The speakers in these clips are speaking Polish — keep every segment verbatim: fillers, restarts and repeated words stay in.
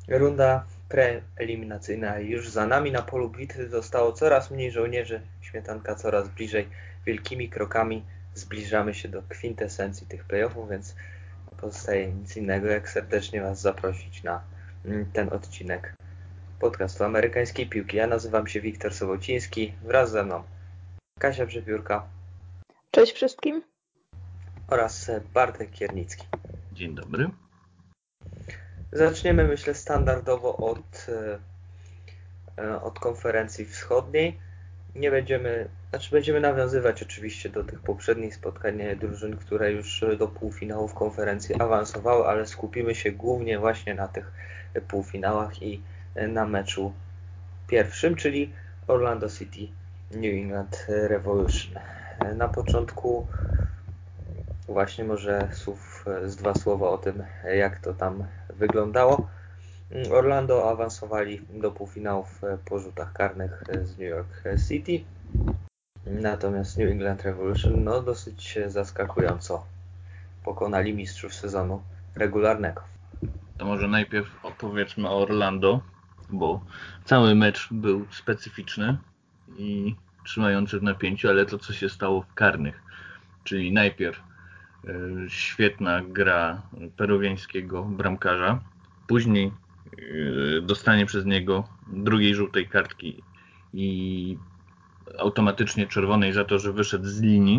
Runda preeliminacyjna już za nami. Na polu bitwy zostało coraz mniej żołnierzy. Śmietanka coraz bliżej. Wielkimi krokami zbliżamy się do kwintesencji tych playoffów, więc nie pozostaje nic innego, jak serdecznie Was zaprosić na ten odcinek podcastu amerykańskiej piłki. Ja nazywam się Wiktor Sobociński. Wraz ze mną Kasia Brzebiórka. Cześć wszystkim. Oraz Bartek Kiernicki. Dzień dobry. Zaczniemy, myślę, standardowo od, od konferencji wschodniej. Nie będziemy, znaczy będziemy nawiązywać oczywiście do tych poprzednich spotkań drużyn, które już do półfinałów konferencji awansowały, ale skupimy się głównie właśnie na tych półfinałach i na meczu pierwszym, czyli Orlando City New England Revolution. Na początku właśnie może słów z dwa słowa o tym, jak to tam wyglądało. Orlando awansowali do półfinałów po rzutach karnych z New York City. Natomiast New England Revolution no dosyć zaskakująco pokonali mistrzów sezonu regularnego. To może najpierw opowiedzmy o Orlando, bo cały mecz był specyficzny i trzymający w napięciu, ale to co się stało w karnych, czyli najpierw y, świetna gra peruwiańskiego bramkarza, później y, dostanie przez niego drugiej żółtej kartki i automatycznie czerwonej za to, że wyszedł z linii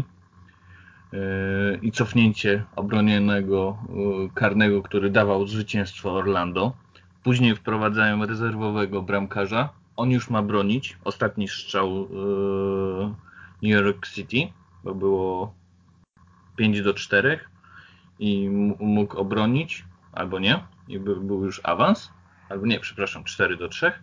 i cofnięcie obronionego karnego, który dawał zwycięstwo Orlando. Później wprowadzają rezerwowego bramkarza. On już ma bronić. Ostatni strzał New York City, bo było pięć do czterech i mógł obronić, albo nie. I był już awans, albo nie, przepraszam, cztery do trzech.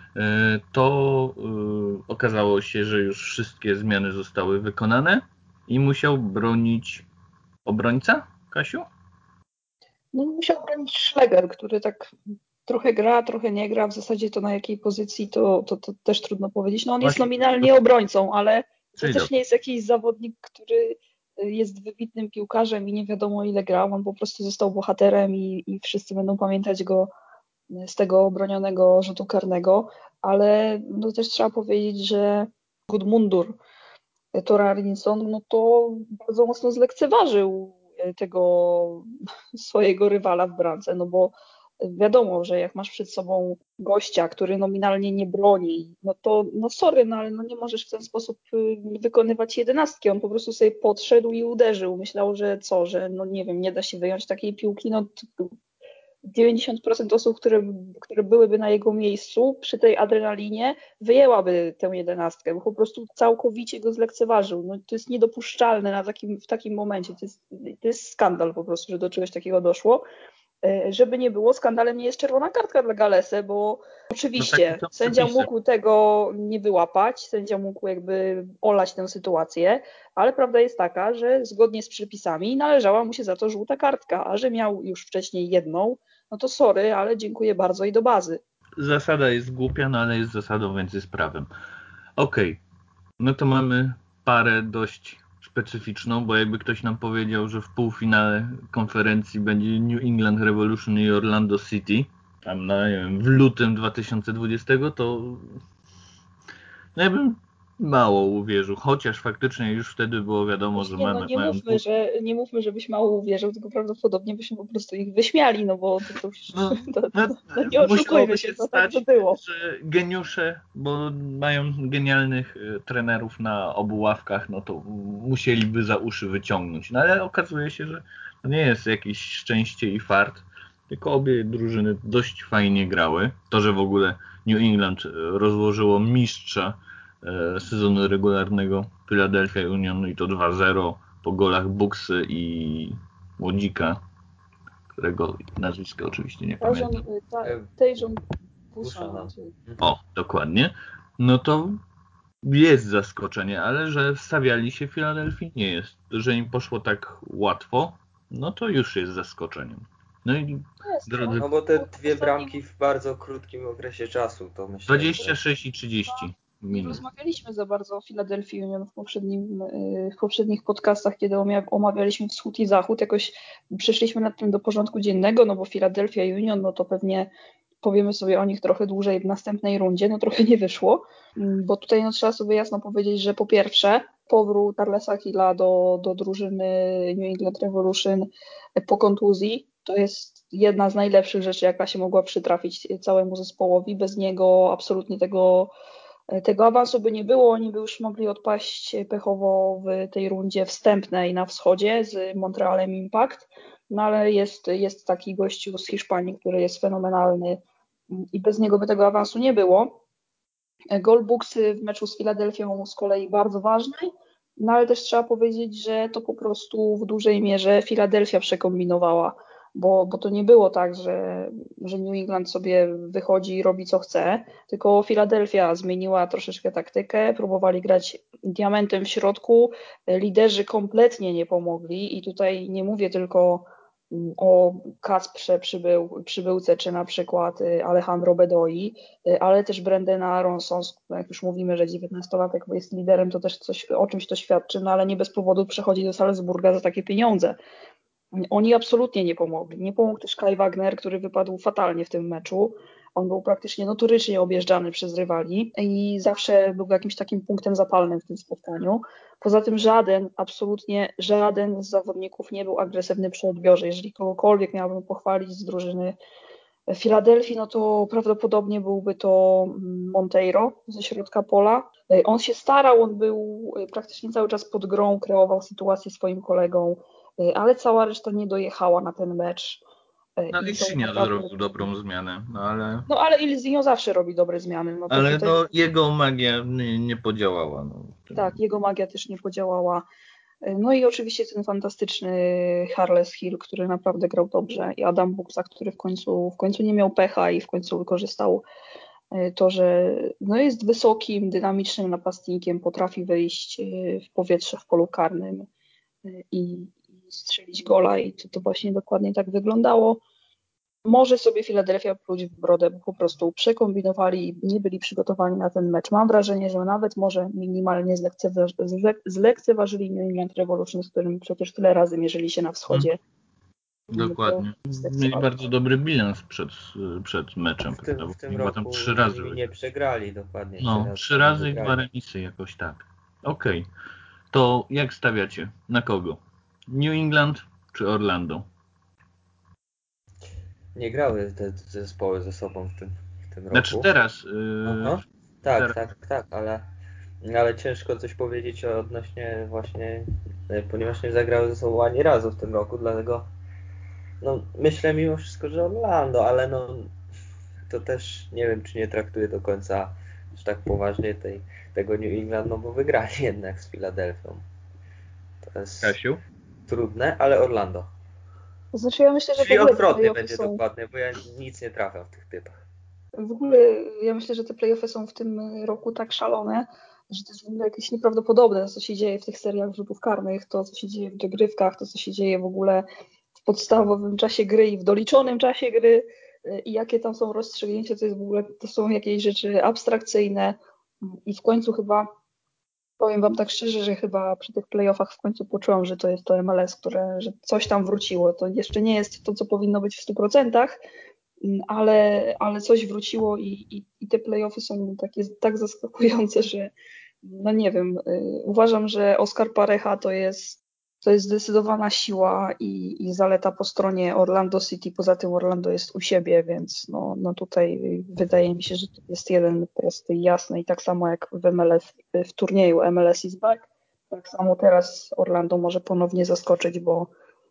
To okazało się, że już wszystkie zmiany zostały wykonane i musiał bronić obrońca, Kasiu? No, musiał bronić Schlegel, który tak trochę gra, trochę nie gra. W zasadzie to na jakiej pozycji to, to, to też trudno powiedzieć. No on Właśnie. Jest nominalnie obrońcą, ale to Czyli też nie jest jakiś zawodnik, który jest wybitnym piłkarzem i nie wiadomo ile grał. On po prostu został bohaterem i, i wszyscy będą pamiętać go z tego obronionego rzutu karnego, ale no też trzeba powiedzieć, że Gudmundur Thorarenson, no to bardzo mocno zlekceważył tego swojego rywala w bramce, no bo wiadomo, że jak masz przed sobą gościa, który nominalnie nie broni, no to no sorry, no ale no nie możesz w ten sposób wykonywać jedenastki. On po prostu sobie podszedł i uderzył. Myślał, że co, że no nie wiem, nie da się wyjąć takiej piłki, no dziewięćdziesiąt procent osób, które, które byłyby na jego miejscu przy tej adrenalinie, wyjęłaby tę jedenastkę, bo po prostu całkowicie go zlekceważył. No, to jest niedopuszczalne na takim, w takim momencie. To jest, to jest skandal po prostu, że do czegoś takiego doszło. Żeby nie było, skandalem nie jest czerwona kartka dla Galese, bo oczywiście no sędzia mógł tego nie wyłapać, sędzia mógł jakby olać tę sytuację, ale prawda jest taka, że zgodnie z przepisami należała mu się za to żółta kartka, a że miał już wcześniej jedną, no to sorry, ale dziękuję bardzo i do bazy. Zasada jest głupia, no ale jest zasadą, więc jest prawem. Okej, okay. No to mamy parę dość specyficzną, bo jakby ktoś nam powiedział, że w półfinale konferencji będzie New England Revolution i Orlando City, tam na, nie wiem, w lutym dwa tysiące dwudziestego, to no ja bym mało uwierzył, chociaż faktycznie już wtedy było wiadomo, że nie, mamy, no nie mają... Mówmy, że, nie mówmy, żebyś mało uwierzył, tylko prawdopodobnie byśmy po prostu ich wyśmiali, no bo to, to, no, to, to, no, no nie oszukujmy się, się to stać, tak by było. Że geniusze, bo mają genialnych trenerów na obu ławkach, no to musieliby za uszy wyciągnąć. No ale okazuje się, że to nie jest jakieś szczęście i fart, tylko obie drużyny dość fajnie grały. To, że w ogóle New England rozłożyło mistrza sezonu regularnego Philadelphia Union i to dwa zero po golach Buksy i Łodzika, którego nazwiska oczywiście nie Tajon, pamiętam. ta, Tajon Buchanan. O, dokładnie. No to jest zaskoczenie, ale że stawiali się Filadelfii nie jest. Że im poszło tak łatwo, no to już jest zaskoczeniem. No i jest, drodzy... No bo te dwie bramki w bardzo krótkim okresie czasu, to myślę, dwadzieścia sześć że... i trzydzieści minut. Nie rozmawialiśmy za bardzo o Philadelphia Union w, poprzednim, w poprzednich podcastach, kiedy omawialiśmy wschód i zachód. Jakoś przeszliśmy nad tym do porządku dziennego, no bo Philadelphia Union, no to pewnie powiemy sobie o nich trochę dłużej w następnej rundzie, no trochę nie wyszło, bo tutaj no, trzeba sobie jasno powiedzieć, że po pierwsze powrót Charlesa Hilla do, do drużyny New England Revolution po kontuzji to jest jedna z najlepszych rzeczy, jaka się mogła przytrafić całemu zespołowi. Bez niego absolutnie tego, tego awansu by nie było. Oni by już mogli odpaść pechowo w tej rundzie wstępnej na wschodzie z Montrealem Impact, no ale jest, jest taki gościu z Hiszpanii, który jest fenomenalny i bez niego by tego awansu nie było. Goalbooksy w meczu z Filadelfią z kolei bardzo ważne, no ale też trzeba powiedzieć, że to po prostu w dużej mierze Filadelfia przekombinowała, bo, bo to nie było tak, że, że New England sobie wychodzi i robi co chce, tylko Filadelfia zmieniła troszeczkę taktykę, próbowali grać diamentem w środku, liderzy kompletnie nie pomogli i tutaj nie mówię tylko o Kacprze przybył, przybyłce, czy na przykład Alejandro Bedoi, ale też Brandena Aronson, jak już mówimy, że dziewiętnastolatek jest liderem, to też coś, o czymś to świadczy, no ale nie bez powodu przechodzi do Salzburga za takie pieniądze. Oni absolutnie nie pomogli. Nie pomógł też Kai Wagner, który wypadł fatalnie w tym meczu. On był praktycznie notorycznie objeżdżany przez rywali i zawsze był jakimś takim punktem zapalnym w tym spotkaniu. Poza tym żaden, absolutnie żaden z zawodników nie był agresywny przy odbiorze. Jeżeli kogokolwiek miałbym pochwalić z drużyny Filadelfii, no to prawdopodobnie byłby to Monteiro ze środka pola. On się starał, on był praktycznie cały czas pod grą, kreował sytuację swoim kolegą, ale cała reszta nie dojechała na ten mecz. No I i to Sinio naprawdę... zrobił dobrą zmianę, no ale... No ale Ilzinho zawsze robi dobre zmiany. No to ale tutaj... no, jego magia nie, nie podziałała. No, tak, jego magia też nie podziałała. No i oczywiście ten fantastyczny Charles Hill, który naprawdę grał dobrze, i Adam Buksa, który w końcu, w końcu nie miał pecha i w końcu wykorzystał to, że no jest wysokim, dynamicznym napastnikiem, potrafi wyjść w powietrze w polu karnym i, i strzelić gola i to, to właśnie dokładnie tak wyglądało. Może sobie Filadelfia pluć w brodę, bo po prostu przekombinowali i nie byli przygotowani na ten mecz. Mam wrażenie, że nawet może minimalnie zlekceważyli, zlekceważyli New England Revolution, z którym przecież tyle razy mierzyli się na wschodzie. Hmm. Dokładnie. Mieli bardzo dobry bilans przed, przed meczem. W tym, w tym Chyba roku tam trzy razy nie przegrali dokładnie. No, trzy razy, trzy razy i wygrali. dwa remisy jakoś tak. Okej. Okay. To jak stawiacie? Na kogo? New England czy Orlando? Nie grały te zespoły ze sobą w tym, w tym roku. Znaczy teraz. Yy, Aha. Tak, teraz. tak, tak, ale, ale ciężko coś powiedzieć odnośnie właśnie, ponieważ nie zagrały ze sobą ani razu w tym roku, dlatego no, myślę mimo wszystko, że Orlando, ale no to też nie wiem, czy nie traktuję do końca aż tak poważnie tej, tego New England, no bo wygrali jednak z Filadelfią. To jest Kasiu? trudne, ale Orlando. Znaczy ja myślę, że Czyli w ogóle odwrotnie będzie są... dokładnie, bo ja nic nie trafiam w tych typach. W ogóle ja myślę, że te playoffy są w tym roku tak szalone, że to jest w ogóle jakieś nieprawdopodobne, co się dzieje w tych seriach rzutów karnych, to co się dzieje w dogrywkach, to co się dzieje w ogóle w podstawowym czasie gry i w doliczonym czasie gry i jakie tam są rozstrzygnięcia, to jest w ogóle, to są jakieś rzeczy abstrakcyjne i w końcu chyba, powiem wam tak szczerze, że chyba przy tych playoffach w końcu poczułam, że to jest to M L S, które, że coś tam wróciło. To jeszcze nie jest to, co powinno być w stu procentach, ale, ale coś wróciło i, i, i te playoffy są takie tak zaskakujące, że no nie wiem, y, uważam, że Oscar Pareja to jest, to jest zdecydowana siła i, i zaleta po stronie Orlando City. Poza tym Orlando jest u siebie, więc no, no tutaj wydaje mi się, że to jest jeden prosty i jasny i tak samo jak w M L S, w turnieju M L S is back, tak samo teraz Orlando może ponownie zaskoczyć, bo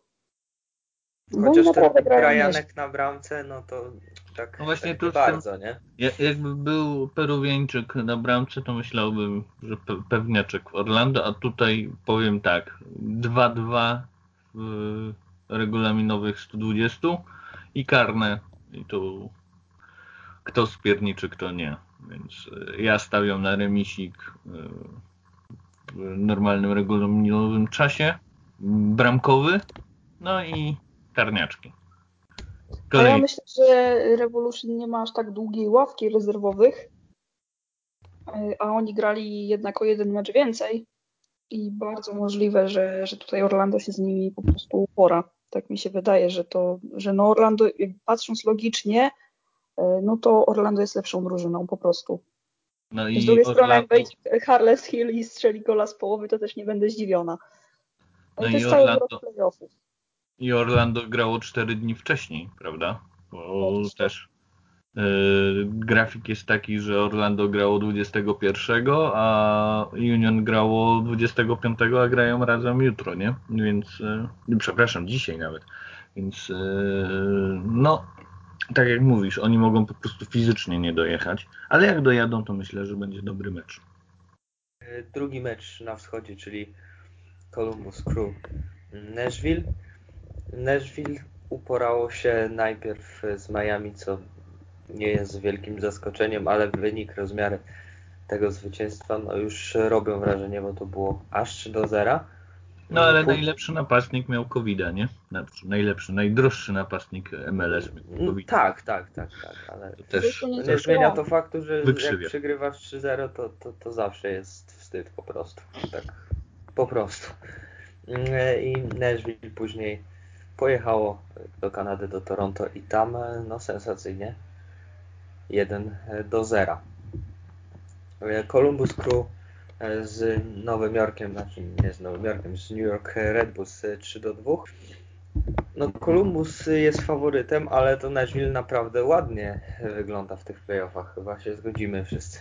Chociaż no ten grają Brianek na bramce, no to tak, No właśnie tak tu nie z tym, bardzo, nie? jakby był Peruwieńczyk na bramce, to myślałbym, że pe- pewniaczek w Orlando, a tutaj powiem tak, dwa dwa w regulaminowych stu dwudziestu i karne, i tu kto spierniczy, kto nie. Więc ja stawiam na remisik w normalnym regulaminowym czasie, bramkowy, no i karniaczki. A ja myślę, że Revolution nie ma aż tak długiej ławki rezerwowych, a oni grali jednak o jeden mecz więcej i bardzo możliwe, że, że tutaj Orlando się z nimi po prostu upora. Tak mi się wydaje, że to, że no Orlando, patrząc logicznie, no to Orlando jest lepszą drużyną po prostu. No Z i drugiej strony, jak Orlando, wejdzie Harles Hill i strzeli gola z połowy, to też nie będę zdziwiona. no Ale to i jest cały wyrok Orlando, playoffów. i Orlando grało cztery dni wcześniej, prawda? Bo Otóż to. też yy, grafik jest taki, że Orlando grało dwudziestego pierwszego, a Union grało dwudziestego piątego, a grają razem jutro, nie? Więc, yy, przepraszam, dzisiaj nawet. Więc, yy, no, tak jak mówisz, oni mogą po prostu fizycznie nie dojechać, ale jak dojadą, to myślę, że będzie dobry mecz. Drugi mecz na wschodzie, czyli Columbus Crew Nashville. Nashville uporało się najpierw z Miami, co nie jest wielkim zaskoczeniem, ale wynik, rozmiary tego zwycięstwa no już robią wrażenie, bo to było aż trzy do zera. No ale Później... najlepszy napastnik miał kowida, nie? Najlepszy, najdroższy napastnik M L S miał kowida. Tak, tak, tak, tak, ale Też, nie, nie zmienia to faktu, że wykrzywia. jak przegrywasz trzy zero, to, to, to zawsze jest wstyd po prostu. Tak, po prostu. I Nashville później pojechało do Kanady, do Toronto i tam no sensacyjnie jeden do zera. Columbus Crew z Nowym Jorkiem, znaczy nie z Nowym Jorkiem, z New York Red Bulls trzy do dwóch. No Columbus jest faworytem, ale to Nashville naprawdę ładnie wygląda w tych playoffach. Chyba się zgodzimy wszyscy.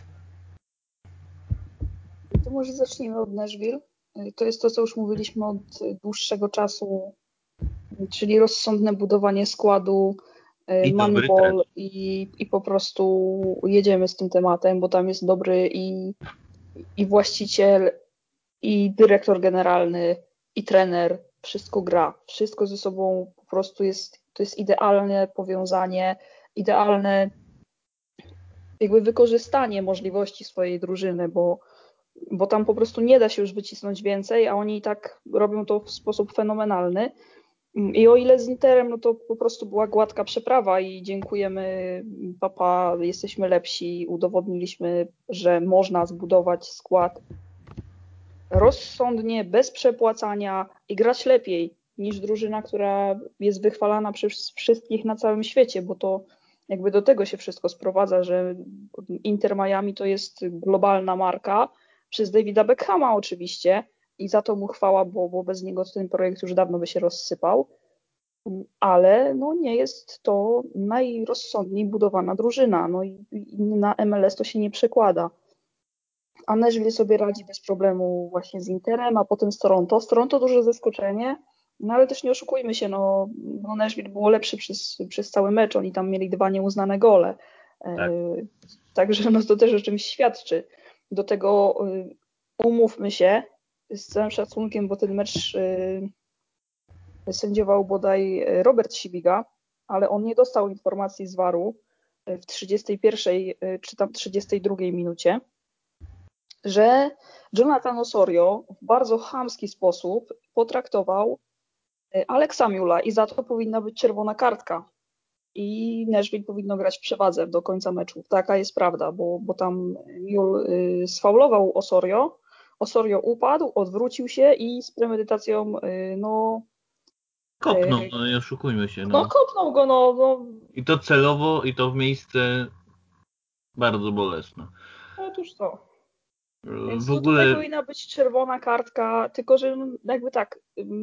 To może zacznijmy od Nashville. To jest to, co już mówiliśmy od dłuższego czasu, czyli rozsądne budowanie składu, I Moneyball i, i po prostu jedziemy z tym tematem, bo tam jest dobry i, i właściciel, i dyrektor generalny, i trener. Wszystko gra. Wszystko ze sobą po prostu jest, to jest idealne powiązanie, idealne jakby wykorzystanie możliwości swojej drużyny, bo, bo tam po prostu nie da się już wycisnąć więcej, a oni i tak robią to w sposób fenomenalny. I o ile z Interem, no to po prostu była gładka przeprawa i dziękujemy, papa, jesteśmy lepsi, udowodniliśmy, że można zbudować skład rozsądnie, bez przepłacania i grać lepiej niż drużyna, która jest wychwalana przez wszystkich na całym świecie, bo to jakby do tego się wszystko sprowadza, że Inter Miami to jest globalna marka, przez Davida Beckhama oczywiście i za to mu chwała, bo, bo bez niego ten projekt już dawno by się rozsypał, ale no nie jest to najrozsądniej budowana drużyna, no i, i na M L S to się nie przekłada. A Nashville sobie radzi bez problemu właśnie z Interem, a potem z Toronto. Z Toronto duże zaskoczenie, no ale też nie oszukujmy się, no, no Nashville było lepszy przez, przez cały mecz, oni tam mieli dwa nieuznane gole. Tak. Yy, także no to też o czymś świadczy. Do tego yy, umówmy się z całym szacunkiem, bo ten mecz yy, sędziował bodaj Robert Sibiga, ale on nie dostał informacji z waru w trzydziestej pierwszej yy, czy tam trzydziestej drugiej minucie, że Jonathan Osorio w bardzo chamski sposób potraktował Alexa Mula i za to powinna być czerwona kartka. I Nashville powinno grać w przewadze do końca meczu. Taka jest prawda, bo, bo tam Mule y, sfaulował Osorio, Osorio upadł, odwrócił się i z premedytacją y, no... Kopnął, no nie oszukujmy się. No, no kopnął go, no, no. I to celowo, i to w miejsce bardzo bolesne. Otóż to. Więc w no ogóle... tutaj powinna być czerwona kartka, tylko że jakby tak,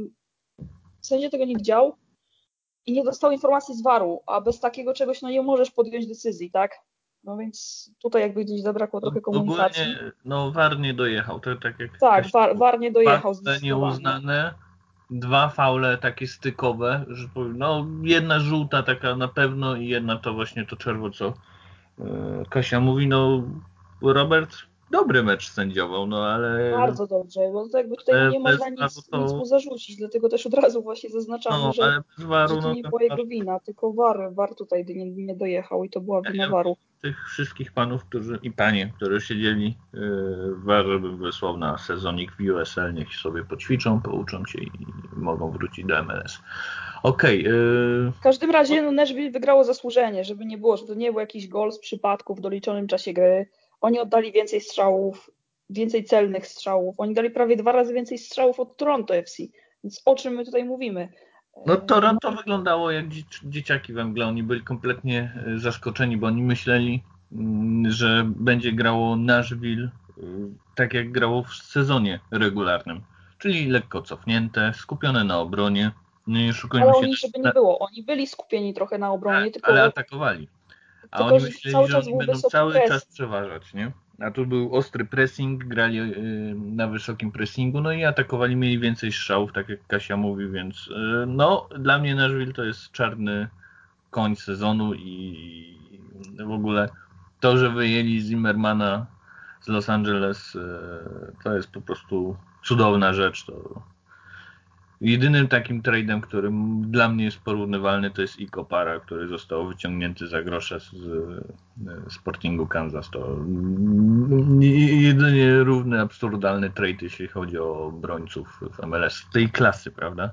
sędzia tego nie widział i nie dostał informacji z waru, a bez takiego czegoś no nie możesz podjąć decyzji, tak? No więc tutaj jakby gdzieś zabrakło trochę komunikacji. Ogólnie, no war nie dojechał, to tak jak... Tak, war, war nie dojechał zdecydowanie. Nieuznane, dwa faule takie stykowe, że no jedna żółta taka na pewno i jedna to właśnie to czerwo, co Kasia mówi, no Robert dobry mecz sędziował, no ale... Bardzo dobrze, bo to jakby tutaj no, nie można nic, to... nic mu zarzucić, dlatego też od razu właśnie zaznaczamy, no, że, waru, że to nie no, była jego wina, tylko war, war tutaj nie, nie dojechał i to była wina ja waru. Tych wszystkich panów, którzy i panie, którzy siedzieli w warze, bym wysłał na sezonik w U S L, niech sobie poćwiczą, pouczą się i mogą wrócić do M L S. Okej. Okay, yy... W każdym razie no, Nashville wygrało zasłużenie, żeby nie było, że to nie był jakiś gol z przypadku w doliczonym czasie gry. Oni oddali więcej strzałów, więcej celnych strzałów. Oni dali prawie dwa razy więcej strzałów od Toronto F C. Więc o czym my tutaj mówimy? No Toronto wyglądało jak dzieciaki we mgle. Oni byli kompletnie zaskoczeni, bo oni myśleli, że będzie grało Nashville tak jak grało w sezonie regularnym. Czyli lekko cofnięte, skupione na obronie. Nie szukajmy Ale się oni, żeby nie było, oni byli skupieni trochę na obronie, tak, tylko... ale atakowali. A tylko, oni że myśleli, cały że czas oni był będą wysoki cały press. czas przeważać, nie? A tu był ostry pressing, grali yy, na wysokim pressingu, no i atakowali, mieli więcej strzałów, tak jak Kasia mówi, więc yy, no, dla mnie Nashville to jest czarny koń sezonu i w ogóle to, że wyjęli Zimmermana z Los Angeles, yy, to jest po prostu cudowna rzecz. To jedynym takim trade'em, który dla mnie jest porównywalny, to jest Iko Para, który został wyciągnięty za grosze z Sportingu Kansas. To jedynie równy, absurdalny trade, jeśli chodzi o obrońców w M L S. Tej klasy, prawda?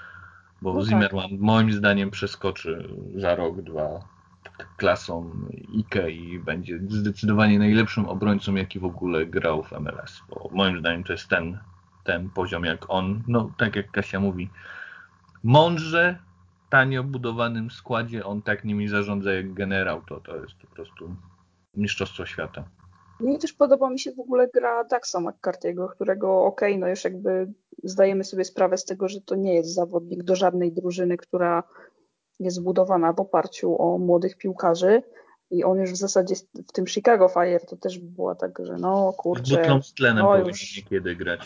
Bo No Zimmerman tak. moim zdaniem przeskoczy za rok, dwa klasą Ike i będzie zdecydowanie najlepszym obrońcą, jaki w ogóle grał w M L S. Bo moim zdaniem to jest ten ten poziom jak on, no tak jak Kasia mówi, mądrze, tanio budowanym składzie, on tak nimi zarządza jak generał, to, to jest po prostu mistrzostwo świata. No i też podoba mi się w ogóle gra Daxa McCarthy'ego, którego okej, okay, no już jakby zdajemy sobie sprawę z tego, że to nie jest zawodnik do żadnej drużyny, która jest zbudowana w oparciu o młodych piłkarzy i on już w zasadzie w tym Chicago Fire to też była tak, że no kurczę, z butlą z tlenem no powinien już niekiedy grać.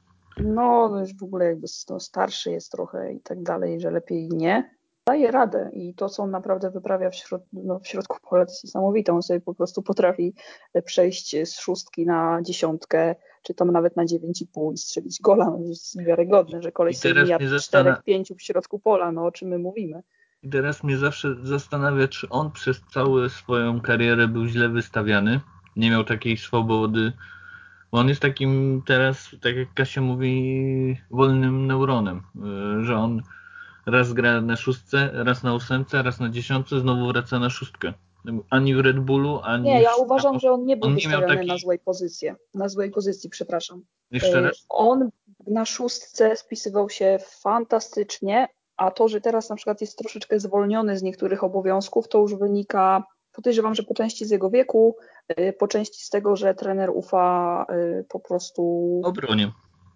No, no już w ogóle jakby no, starszy jest trochę i tak dalej, że lepiej nie. Daje radę i to, co on naprawdę wyprawia w, środ- no, w środku pola, to jest niesamowite. On sobie po prostu potrafi przejść z szóstki na dziesiątkę, czy tam nawet na dziewięć i pół i strzelić gola. No, to jest niewiarygodne, że koleś sobie mija czterech, pięciu w środku pola. No o czym my mówimy? I teraz mnie zawsze zastanawia, czy on przez całą swoją karierę był źle wystawiany, nie miał takiej swobody. Bo on jest takim teraz, tak jak Kasia mówi, wolnym neuronem, że on raz gra na szóstce, raz na ósemce, raz na dziesiątce, znowu wraca na szóstkę. Ani w Red Bullu, ani Nie, ja w uważam, że on nie był on wystawiony nie miał takiej... na złej pozycji. Na złej pozycji, przepraszam. Jeszcze raz? On na szóstce spisywał się fantastycznie, a to, że teraz na przykład jest troszeczkę zwolniony z niektórych obowiązków, to już wynika, podejrzewam, że po części z jego wieku, po części z tego, że trener ufa po prostu obronie.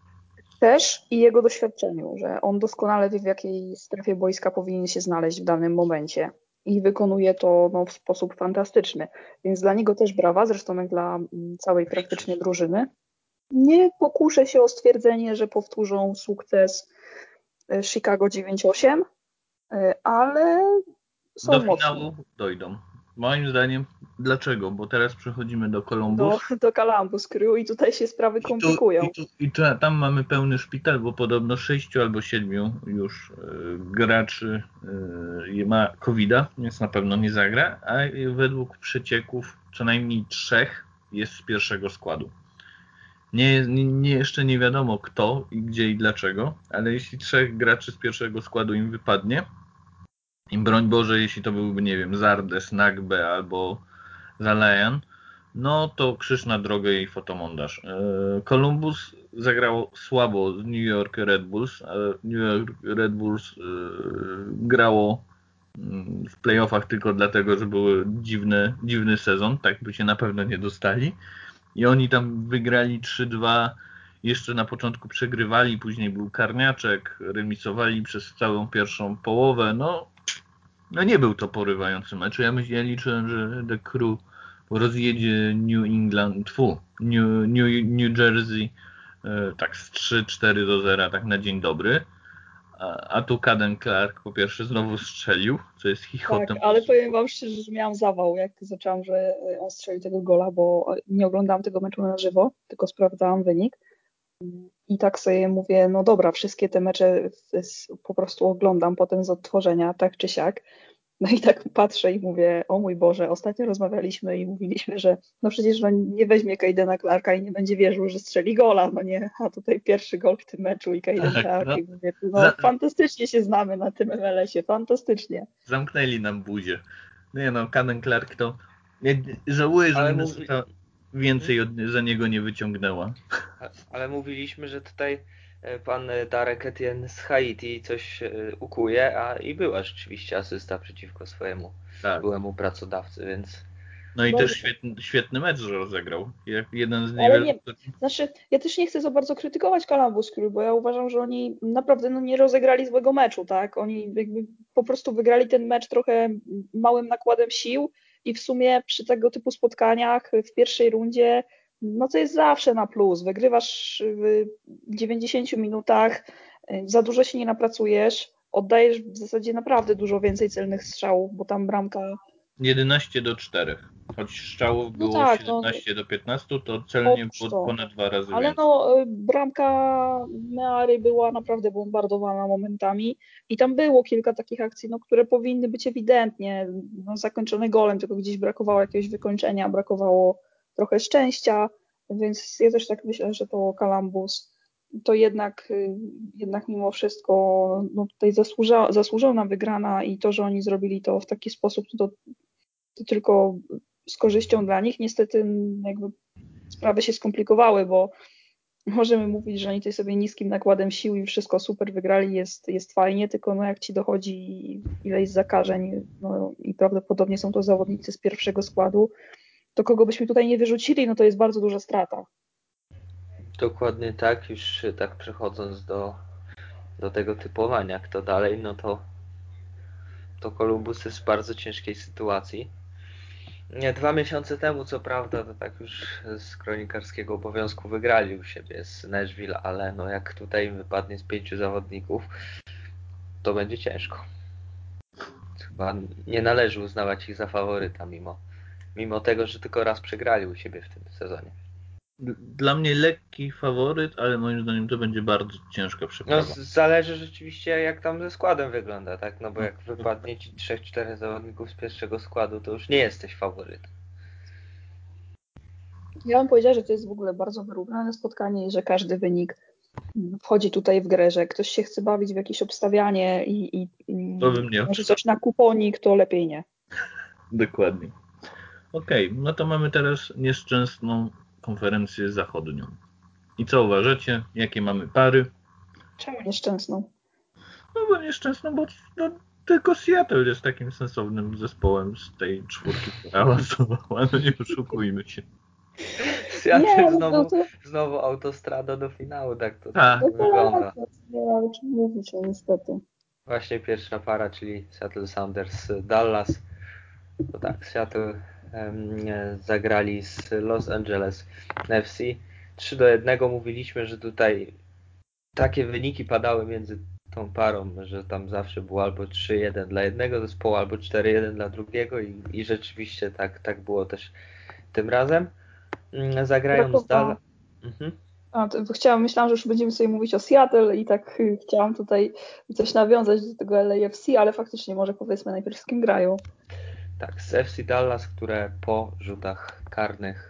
Też i jego doświadczeniu, że on doskonale wie, w jakiej strefie boiska powinien się znaleźć w danym momencie i wykonuje to no, w sposób fantastyczny. Więc dla niego też brawa, zresztą jak dla całej praktycznie drużyny. Nie pokuszę się o stwierdzenie, że powtórzą sukces Chicago dziewięć osiem, ale są do mocni. finału dojdą. Moim zdaniem, dlaczego? Bo teraz przechodzimy do Columbus. Do, do Columbus Crew i tutaj się sprawy komplikują. I, tu, i, tu, i tu, tam mamy pełny szpital, bo podobno sześciu albo siedmiu już y, graczy y, ma kowida, więc na pewno nie zagra, a według przecieków co najmniej trzech jest z pierwszego składu. Nie, nie, nie, jeszcze nie wiadomo kto i gdzie i dlaczego, ale jeśli trzech graczy z pierwszego składu im wypadnie, i broń Boże, jeśli to byłby, nie wiem, Zardes, Nagbe albo Zalayan, no to krzyż na drogę i fotomontaż. Columbus zagrało słabo z New York Red Bulls, a New York Red Bulls grało w playoffach tylko dlatego, że był dziwny, dziwny sezon, tak by się na pewno nie dostali. I oni tam wygrali trzy dwa, jeszcze na początku przegrywali, później był karniaczek, remisowali przez całą pierwszą połowę. No, no nie był to porywający mecz. Ja, myśl, ja liczyłem, że The Crew rozjedzie New England, tfu, New, New, New Jersey e, tak z trzy cztery do zera, tak na dzień dobry. A, a tu Caden Clark po pierwsze znowu strzelił, co jest chichotem. Tak, ale powiem wam szczerze, że miałam zawał, jak zaczęłam, że on strzelił tego gola, bo nie oglądałam tego meczu na żywo, tylko sprawdzałam wynik. I tak sobie mówię, no dobra, wszystkie te mecze po prostu oglądam potem z odtworzenia, tak czy siak. No i tak patrzę i mówię, o mój Boże, ostatnio rozmawialiśmy i mówiliśmy, że no przecież no nie weźmie Cadena Clarka i nie będzie wierzył, że strzeli gola, no nie, a tutaj pierwszy gol w tym meczu i Caden tak, Clark no. i mówię, no Za... fantastycznie się znamy na tym M L S-ie, fantastycznie. Zamknęli nam buzię. Nie no, Caden Clark to... Ja żałuję, że Minnesota mówi... więcej od... za niego nie wyciągnęła. Ale mówiliśmy, że tutaj pan Darek Etienne z Haiti coś ukuje, a i była rzeczywiście asysta przeciwko swojemu tak. byłemu pracodawcy, więc... No i Bardzo też świetny, świetny mecz rozegrał. Jak jeden z Ale niewielu... nie, znaczy, ja też nie chcę za bardzo krytykować Columbus Crew, bo ja uważam, że oni naprawdę no, nie rozegrali złego meczu, tak? Oni jakby po prostu wygrali ten mecz trochę małym nakładem sił i w sumie przy tego typu spotkaniach w pierwszej rundzie, no to jest zawsze na plus. Wygrywasz w dziewięćdziesięciu minutach, za dużo się nie napracujesz, oddajesz w zasadzie naprawdę dużo więcej celnych strzałów, bo tam bramka... jedenaście do czterech. Choć strzałów No było tak, siedemnaście no, do piętnastu, to celnie było to. ponad dwa razy Ale więcej. no, bramka Meary była naprawdę bombardowana momentami i tam było kilka takich akcji, no, które powinny być ewidentnie no, zakończone golem, tylko gdzieś brakowało jakiegoś wykończenia, brakowało trochę szczęścia, więc ja też tak myślę, że to Columbus to jednak, jednak mimo wszystko no, tutaj zasłuża, zasłużona wygrana i to, że oni zrobili to w taki sposób, to, to tylko z korzyścią dla nich. Niestety jakby sprawy się skomplikowały, bo możemy mówić, że oni tutaj sobie niskim nakładem sił i wszystko super wygrali, jest, jest fajnie, tylko no jak ci dochodzi ileś zakażeń no i prawdopodobnie są to zawodnicy z pierwszego składu, to kogo byśmy tutaj nie wyrzucili, no to jest bardzo duża strata. Dokładnie tak, już tak przechodząc do, do tego typowania, kto dalej, no to to Columbus jest w bardzo ciężkiej sytuacji. Nie, dwa miesiące temu, co prawda, to tak już z kronikarskiego obowiązku wygrali u siebie z Nashville, ale no jak tutaj wypadnie z pięciu zawodników, to będzie ciężko. Chyba nie należy uznawać ich za faworyta, mimo, mimo tego, że tylko raz przegrali u siebie w tym sezonie. Dla mnie lekki faworyt, ale moim zdaniem to będzie bardzo ciężka przeprawa. No zależy rzeczywiście jak tam ze składem wygląda, tak? No bo jak wypadnie ci trzech czterech zawodników z pierwszego składu, to już nie jesteś faworytem. Ja bym powiedziała, że to jest w ogóle bardzo wyrównane spotkanie i że każdy wynik wchodzi tutaj w grę, że ktoś się chce bawić w jakieś obstawianie i, i, i To bym nie może coś na kuponik, to lepiej nie. Dokładnie. Okej, okay, no to mamy teraz nieszczęsną konferencję zachodnią. I co uważacie? Jakie mamy pary? Czemu nieszczęsną? No bo nieszczęsną, bo no, tylko Seattle jest takim sensownym zespołem z tej czwórki, która awansowała. No nie oszukujmy się. Seattle Nie, znowu, no to... znowu autostrada do finału, tak to A. tak wygląda. Nie, ale czym mówicie, niestety. Właśnie pierwsza para, czyli Seattle Sounders Dallas. To tak, Seattle um, zagrali z Los Angeles F C. trzy do jednego mówiliśmy, że tutaj takie wyniki padały między tą parą, że tam zawsze było albo trzy jeden dla jednego zespołu, albo cztery jeden dla drugiego i, i rzeczywiście tak, tak było też tym razem. Zagrają z Dallas. Mhm. A, to chciałam, myślałam, że już będziemy sobie mówić o Seattle i tak y, chciałam tutaj coś nawiązać do tego L A F C, ale faktycznie może powiedzmy najpierw z kim grają. Tak, z F C Dallas, które po rzutach karnych.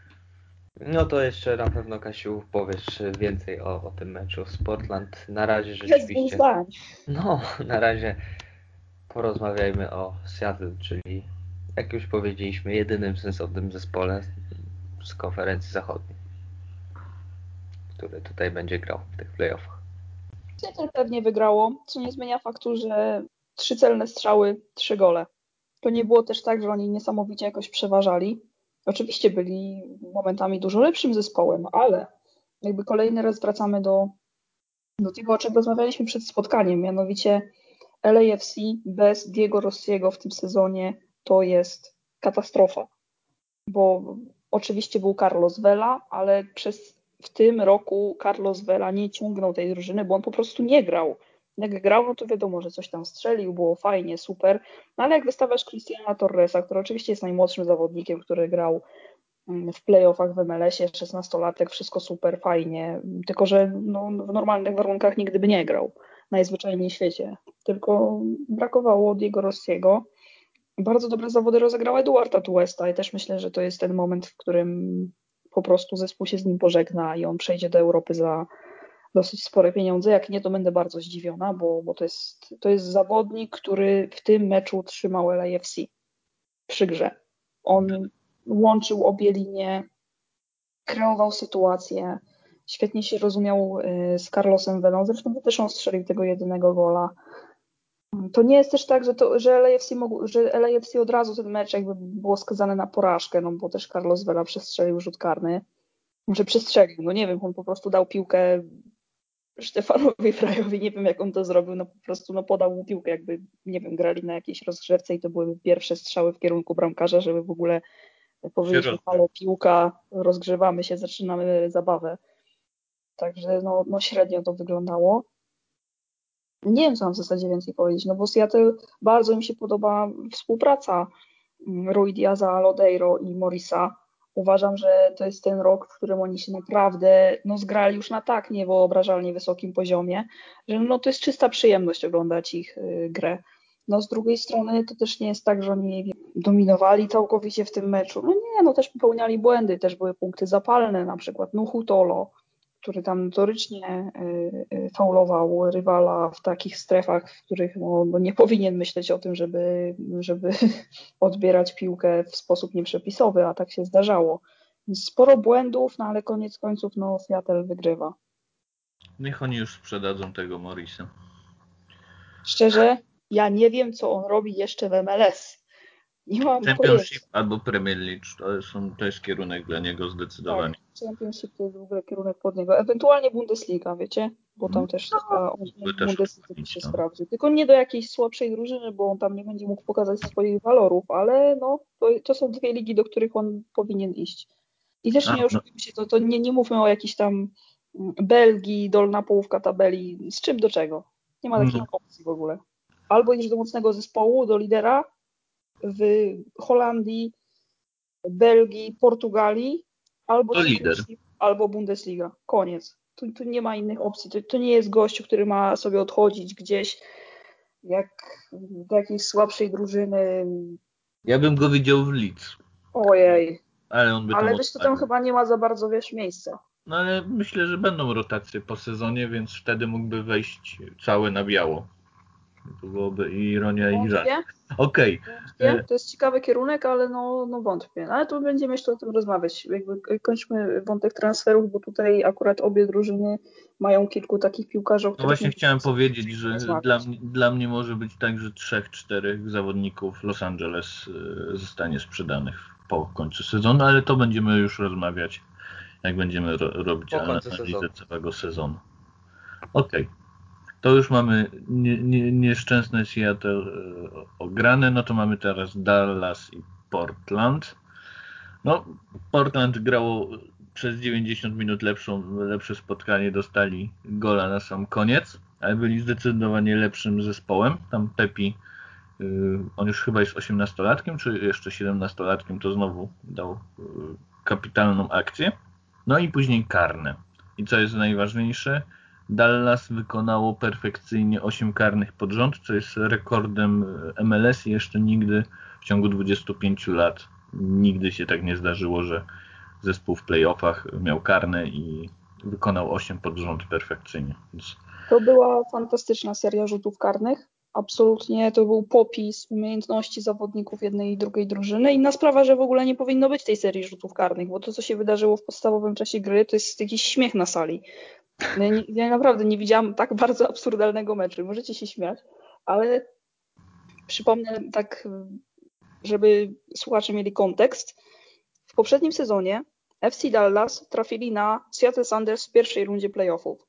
No to jeszcze na pewno, Kasiu, powiesz więcej o, o tym meczu z Portland. Na razie rzeczywiście. No, na razie porozmawiajmy o Seattle, czyli jak już powiedzieliśmy, jedynym sensownym zespole z konferencji zachodniej, który tutaj będzie grał w tych playoffach. Seattle pewnie wygrało, co nie zmienia faktu, że trzy celne strzały, trzy gole. To nie było też tak, że oni niesamowicie jakoś przeważali. Oczywiście byli momentami dużo lepszym zespołem, ale jakby kolejny raz wracamy do, do tego, o czym rozmawialiśmy przed spotkaniem, mianowicie L A F C bez Diego Rossiego w tym sezonie to jest katastrofa, bo oczywiście był Carlos Vela, ale przez w tym roku Carlos Vela nie ciągnął tej drużyny, bo on po prostu nie grał. Jak grał, no to wiadomo, że coś tam strzelił, było fajnie, super, no ale jak wystawiasz Cristiana Torresa, który oczywiście jest najmłodszym zawodnikiem, który grał w playoffach w M L S-ie, szesnastolatek, wszystko super, fajnie, tylko że no, w normalnych warunkach nigdy by nie grał, najzwyczajniej w świecie, tylko brakowało Diego Rossiego. Bardzo dobre zawody rozegrał Eduard Atuesta i też myślę, że to jest ten moment, w którym po prostu zespół się z nim pożegna i on przejdzie do Europy za dosyć spore pieniądze. Jak nie, to będę bardzo zdziwiona, bo, bo to, jest, to jest zawodnik, który w tym meczu trzymał L A F C przy grze. On łączył obie linie, kreował sytuację. świetnie się rozumiał z Carlosem Velą, zresztą też on strzelił tego jedynego gola. To nie jest też tak, że, to, że, L A F C mogło, że L A F C od razu ten mecz jakby było skazane na porażkę, no bo też Carlos Vela przestrzelił rzut karny. Może przestrzelił, no nie wiem, on po prostu dał piłkę Stefanowi Frajowi, nie wiem jak on to zrobił, no po prostu no podał mu piłkę, jakby, nie wiem, grali na jakiejś rozgrzewce i to były pierwsze strzały w kierunku bramkarza, żeby w ogóle powiedzieć mu, halo, piłka, rozgrzewamy się, zaczynamy zabawę. Także no, no średnio to wyglądało. Nie wiem, co mam w zasadzie więcej powiedzieć, no bo Seattle bardzo mi się podoba współpraca Rui Diaza, Lodeiro i Morisa. Uważam, że to jest ten rok, w którym oni się naprawdę no, zgrali już na tak niewyobrażalnie wysokim poziomie, że no, to jest czysta przyjemność oglądać ich y, grę. No z drugiej strony to też nie jest tak, że oni dominowali całkowicie w tym meczu. No nie, no też popełniali błędy, też były punkty zapalne, na przykład Nuhu Tolo, który tam notorycznie faulował rywala w takich strefach, w których no, no nie powinien myśleć o tym, żeby, żeby odbierać piłkę w sposób nieprzepisowy, a tak się zdarzało. Więc sporo błędów, no ale koniec końców no, Seattle wygrywa. Niech oni już sprzedadzą tego Morisa. Szczerze, ja nie wiem, co on robi jeszcze w M L S. Nie mam Championship pojęcia. albo Premier League to, są, to jest kierunek dla niego zdecydowanie. Tak, Championship to jest w ogóle kierunek pod niego. Ewentualnie Bundesliga, wiecie? Bo tam też chyba on By w też Bundesliga chwalić, się no. sprawdzi. Tylko nie do jakiejś słabszej drużyny, bo on tam nie będzie mógł pokazać swoich walorów, ale no, to, to są dwie ligi, do których on powinien iść. I też A, nie no, oszukujmy się, to, to nie, nie mówmy o jakiejś tam Belgii, dolna połówka tabeli, z czym do czego. Nie ma takiej no, opcji w ogóle. Albo iść do mocnego zespołu, do lidera w Holandii, Belgii, Portugalii, albo To lider. Championship, albo Bundesliga. Koniec. Tu, tu nie ma innych opcji. To, to nie jest gościu, który ma sobie odchodzić gdzieś jak do jakiejś słabszej drużyny. Ja bym go widział w Leeds, Ojej. ale on by tam Ale wiesz, to tam odpalił. chyba nie ma za bardzo, wiesz, miejsca. No ale myślę, że będą rotacje po sezonie, więc wtedy mógłby wejść cały na biało. To byłoby i ironia, i żart. Wątpię, Okej. wątpię. To jest ciekawy kierunek, ale no, no wątpię. Ale tu będziemy jeszcze o tym rozmawiać. Jakby kończmy wątek transferów, bo tutaj akurat obie drużyny mają kilku takich piłkarzy, o No których właśnie nie chciałem chcemy powiedzieć, że rozmawiać. dla, mnie- dla mnie może być tak, że trzech, czterech zawodników Los Angeles y, zostanie sprzedanych po końcu sezonu, ale to będziemy już rozmawiać, jak będziemy ro, robić Po końcu analizę sezonu. całego sezonu. Okej. To już mamy nie, nie, nieszczęsne Seattle y, ograne, no to mamy teraz Dallas i Portland. No, Portland grało przez dziewięćdziesiąt minut lepszą, lepsze spotkanie, dostali gola na sam koniec, ale byli zdecydowanie lepszym zespołem. Tam Pepi, yy, on już chyba jest osiemnastolatkiem, czy jeszcze siedemnastolatkiem, to znowu dał yy, kapitalną akcję. No i później karne. I co jest najważniejsze, Dallas wykonało perfekcyjnie osiem karnych pod rząd, co jest rekordem M L S i jeszcze nigdy w ciągu dwudziestu pięciu lat nigdy się tak nie zdarzyło, że zespół w playoffach miał karne i wykonał osiem pod rząd perfekcyjnie. Więc To była fantastyczna seria rzutów karnych. Absolutnie to był popis umiejętności zawodników jednej i drugiej drużyny. Inna sprawa, że w ogóle nie powinno być tej serii rzutów karnych, bo to, co się wydarzyło w podstawowym czasie gry, to jest jakiś śmiech na sali. Ja, nie, ja naprawdę nie widziałam tak bardzo absurdalnego meczu. Możecie się śmiać, ale przypomnę tak, żeby słuchacze mieli kontekst. W poprzednim sezonie F C Dallas trafili na Seattle Sounders w pierwszej rundzie playoffów.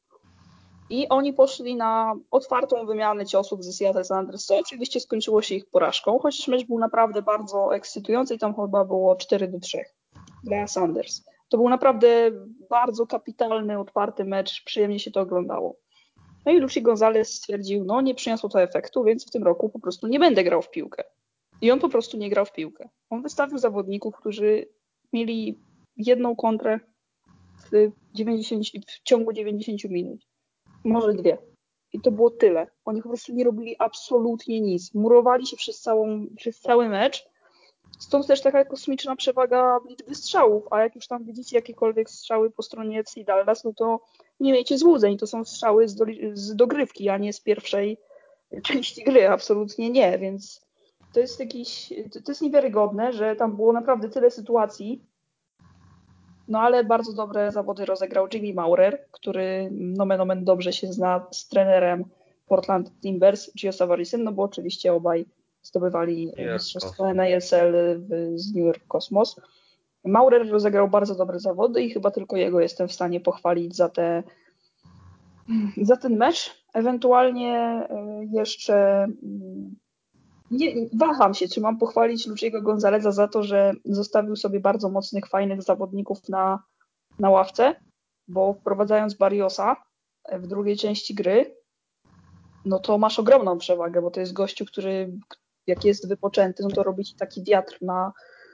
I oni poszli na otwartą wymianę ciosów ze Seattle Sounders, co oczywiście skończyło się ich porażką, chociaż mecz był naprawdę bardzo ekscytujący i tam chyba było cztery do trzech dla Sounders. To był naprawdę bardzo kapitalny, otwarty mecz, przyjemnie się to oglądało. No i Luchi Gonzalez stwierdził, no nie przyniosło to efektu, więc w tym roku po prostu nie będę grał w piłkę. I on po prostu nie grał w piłkę. On wystawił zawodników, którzy mieli jedną kontrę w, dziewięćdziesięciu, w ciągu dziewięćdziesięciu minut. Może dwie. I to było tyle. Oni po prostu nie robili absolutnie nic. Murowali się przez, całą, przez cały mecz. Stąd też taka kosmiczna przewaga liczby strzałów. A jak już tam widzicie jakiekolwiek strzały po stronie F C Dallas, no to nie miejcie złudzeń. To są strzały z, do, z dogrywki, a nie z pierwszej części gry. Absolutnie nie. Więc to jest jakiś, to jest niewiarygodne, że tam było naprawdę tyle sytuacji, No ale bardzo dobre zawody rozegrał Jimmy Maurer, który nomen omen dobrze się zna z trenerem Portland Timbers, Gio Savarysem, no bo oczywiście obaj zdobywali New York mistrzostwo Cosmos. N A S L w, z New York Cosmos. Maurer rozegrał bardzo dobre zawody i chyba tylko jego jestem w stanie pochwalić za, te, za ten mecz. Ewentualnie jeszcze nie, waham się, czy mam pochwalić Luciego Gonzaleza za to, że zostawił sobie bardzo mocnych, fajnych zawodników na, na ławce, bo wprowadzając Barriosa w drugiej części gry, no to masz ogromną przewagę, bo to jest gościu, który jak jest wypoczęty, no to robi ci taki wiatr na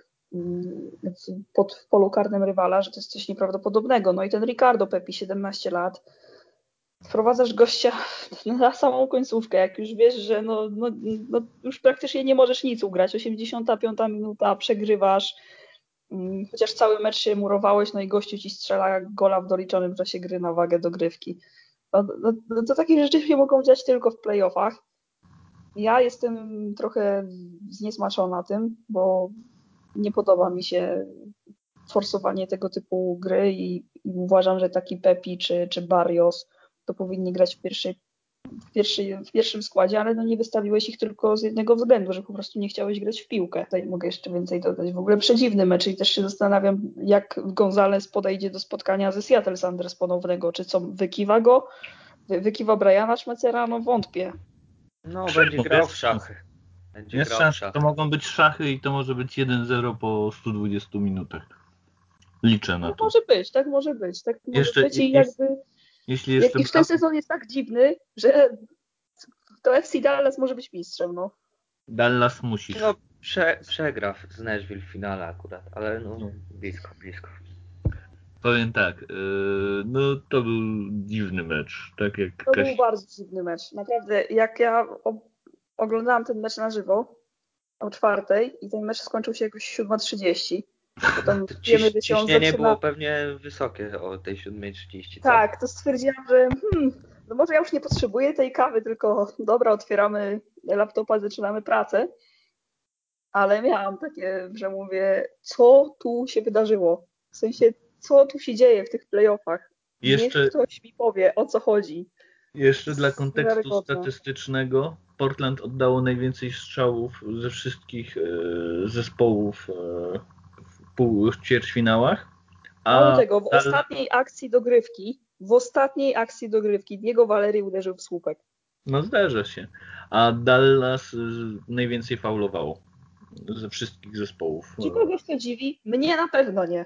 pod w polu karnym rywala, że to jest coś nieprawdopodobnego. No i ten Ricardo Pepi, siedemnaście lat, wprowadzasz gościa na samą końcówkę, jak już wiesz, że no, no, no już praktycznie nie możesz nic ugrać. osiemdziesiąta piąta minuta, przegrywasz, chociaż cały mecz się murowałeś, no i gościu ci strzela gola w doliczonym czasie gry na wagę dogrywki. No, no, no to takie rzeczy się mogą dziać tylko w playoffach. Ja jestem trochę zniesmaczona tym, bo nie podoba mi się forsowanie tego typu gry i, i uważam, że taki Pepi czy, czy Barrios to powinni grać w, pierwszej, w, pierwszej, w pierwszym składzie, ale no nie wystawiłeś ich tylko z jednego względu, że po prostu nie chciałeś grać w piłkę. Tutaj mogę jeszcze więcej dodać. W ogóle przedziwny mecz i też się zastanawiam, jak Gonzalez podejdzie do spotkania ze Seattle Sounders ponownego. Czy co, wykiwa go? Wy, wykiwa Briana Schmetzera? No wątpię. No, będzie grał w szachy. Będzie Jest grał w szansa, szachy. to mogą być szachy i to może być jeden zero po stu dwudziestu minutach. Liczę na Tak to. może być, tak może być. Tak może Jeszcze, być i jest, jakby... jeśli Jak, jeszcze już ten brak- sezon jest tak dziwny, że to F C Dallas może być mistrzem, no. Dallas musisz. No, prze, przegra z Nashville w finale akurat, ale no, No. blisko, blisko. Powiem tak, yy, no to był dziwny mecz. Tak jak To Kaś... był bardzo dziwny mecz. Naprawdę, jak ja o, oglądałam ten mecz na żywo o czwartej i ten mecz skończył się jakoś siódma trzydzieści. Potem To wiemy, ciś, że się on ciśnienie zaczyna... było pewnie wysokie o tej siódmej trzydzieści, co? Tak, to stwierdziłam, że hmm, no może ja już nie potrzebuję tej kawy, tylko dobra, otwieramy laptopa, zaczynamy pracę. Ale miałam takie, że mówię, co tu się wydarzyło? W sensie, co tu się dzieje w tych playoffach? Niech Jeszcze, ktoś mi powie, o co chodzi. jeszcze dla kontekstu Niewiarygodne. statystycznego, Portland oddało najwięcej strzałów ze wszystkich e, zespołów e, w pół, w ćwierćfinałach. Mało A tego, w Dal- ostatniej akcji dogrywki, w ostatniej akcji dogrywki Diego Valeri uderzył w słupek. No zdarza się. A Dallas y, najwięcej faulowało ze wszystkich zespołów. Czy kogoś to dziwi? Mnie na pewno nie.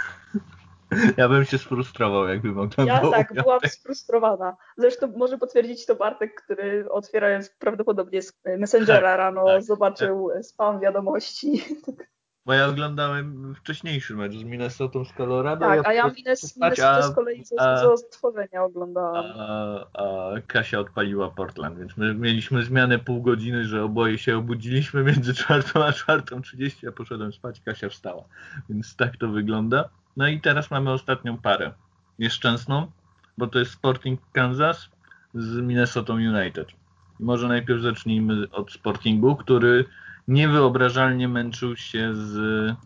Ja bym się sfrustrował, jakbym oglądał. Ja tak, miał byłam tak- sfrustrowana. Zresztą może potwierdzić to Bartek, który otwierając prawdopodobnie z Messengera Tak, rano tak. zobaczył spam wiadomości. Bo ja oglądałem wcześniejszy mecz z Minnesotą z Colorado. Tak, a ja poszedłem Mines, spać, Minnesotę z a, kolei ze, a, ze stworzenia a, oglądałam. a Kasia odpaliła Portland, więc my mieliśmy zmianę pół godziny, że oboje się obudziliśmy między czwartą a czwartą trzydzieści, a poszedłem spać, Kasia wstała. Więc tak to wygląda. No i teraz mamy ostatnią parę nieszczęsną, bo to jest Sporting Kansas z Minnesotą United. I może najpierw zacznijmy od Sportingu, który niewyobrażalnie męczył się z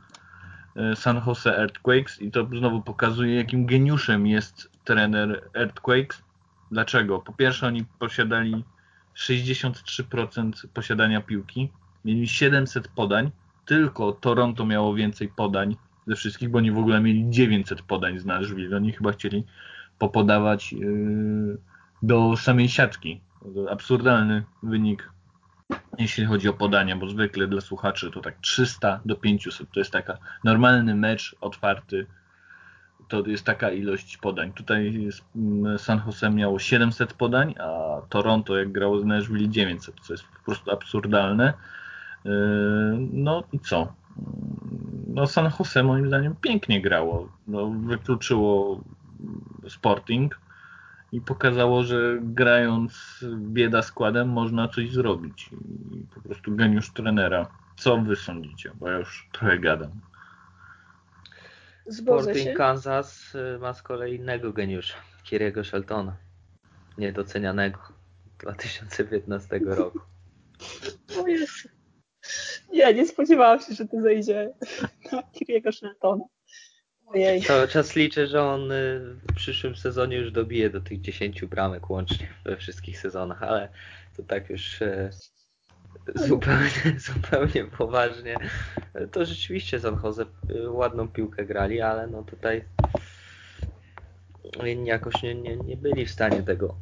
San Jose Earthquakes i to znowu pokazuje, jakim geniuszem jest trener Earthquakes. Dlaczego? Po pierwsze, oni posiadali sześćdziesiąt trzy procent posiadania piłki, mieli siedemset podań, tylko Toronto miało więcej podań ze wszystkich, bo oni w ogóle mieli dziewięćset podań z Nashville. Oni chyba chcieli popodawać yy, do samej siatki. Absurdalny wynik, jeśli chodzi o podania, bo zwykle dla słuchaczy to tak trzysta do pięciuset. To jest taka normalny mecz otwarty. To jest taka ilość podań. Tutaj San Jose miało siedemset podań, a Toronto jak grało z Nashville dziewięćset, co jest po prostu absurdalne. No i co? No San Jose moim zdaniem pięknie grało. No, wykluczyło Sporting i pokazało, że grając bieda składem można coś zrobić. I po prostu geniusz trenera. Co wy sądzicie? Bo ja już trochę gadam. Sporting Kansas ma z kolei innego geniusza, Kiriego Sheltona, niedocenianego dwa tysiące piętnastego roku. O Jezu. Nie, nie spodziewałam się, że to zejdzie na Kiriego Sheltona. Ojej. Cały czas liczę, że on y, w przyszłym sezonie już dobije do tych dziesięciu bramek łącznie we wszystkich sezonach, ale to tak już y, zupełnie, zupełnie poważnie. To rzeczywiście San Jose y, ładną piłkę grali, ale no tutaj jakoś nie, nie, nie byli w stanie tego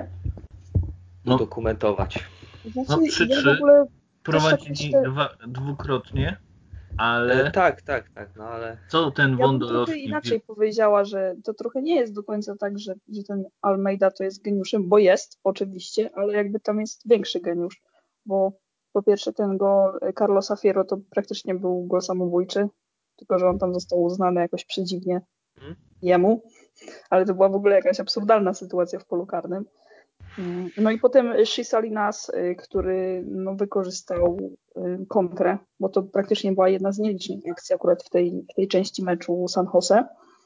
No. udokumentować. Znaczy, No ja w trzy trzy ogóle prowadzili też tak myślę, dwa, dwukrotnie, E, ale tak, tak, tak, no ale co ten ja bym trochę Wondolowski... inaczej powiedziała, że to trochę nie jest do końca tak, że, że ten Almeida to jest geniuszem, bo jest oczywiście, ale jakby tam jest większy geniusz, bo po pierwsze ten gol Carlosa Fierro to praktycznie był gol samobójczy, tylko że on tam został uznany jakoś przedziwnie hmm? jemu, ale to była w ogóle jakaś absurdalna sytuacja w polu karnym. No i potem Shea Salinas, który no, wykorzystał kontrę, bo to praktycznie była jedna z nielicznych akcji akurat w tej, w tej części meczu San Jose.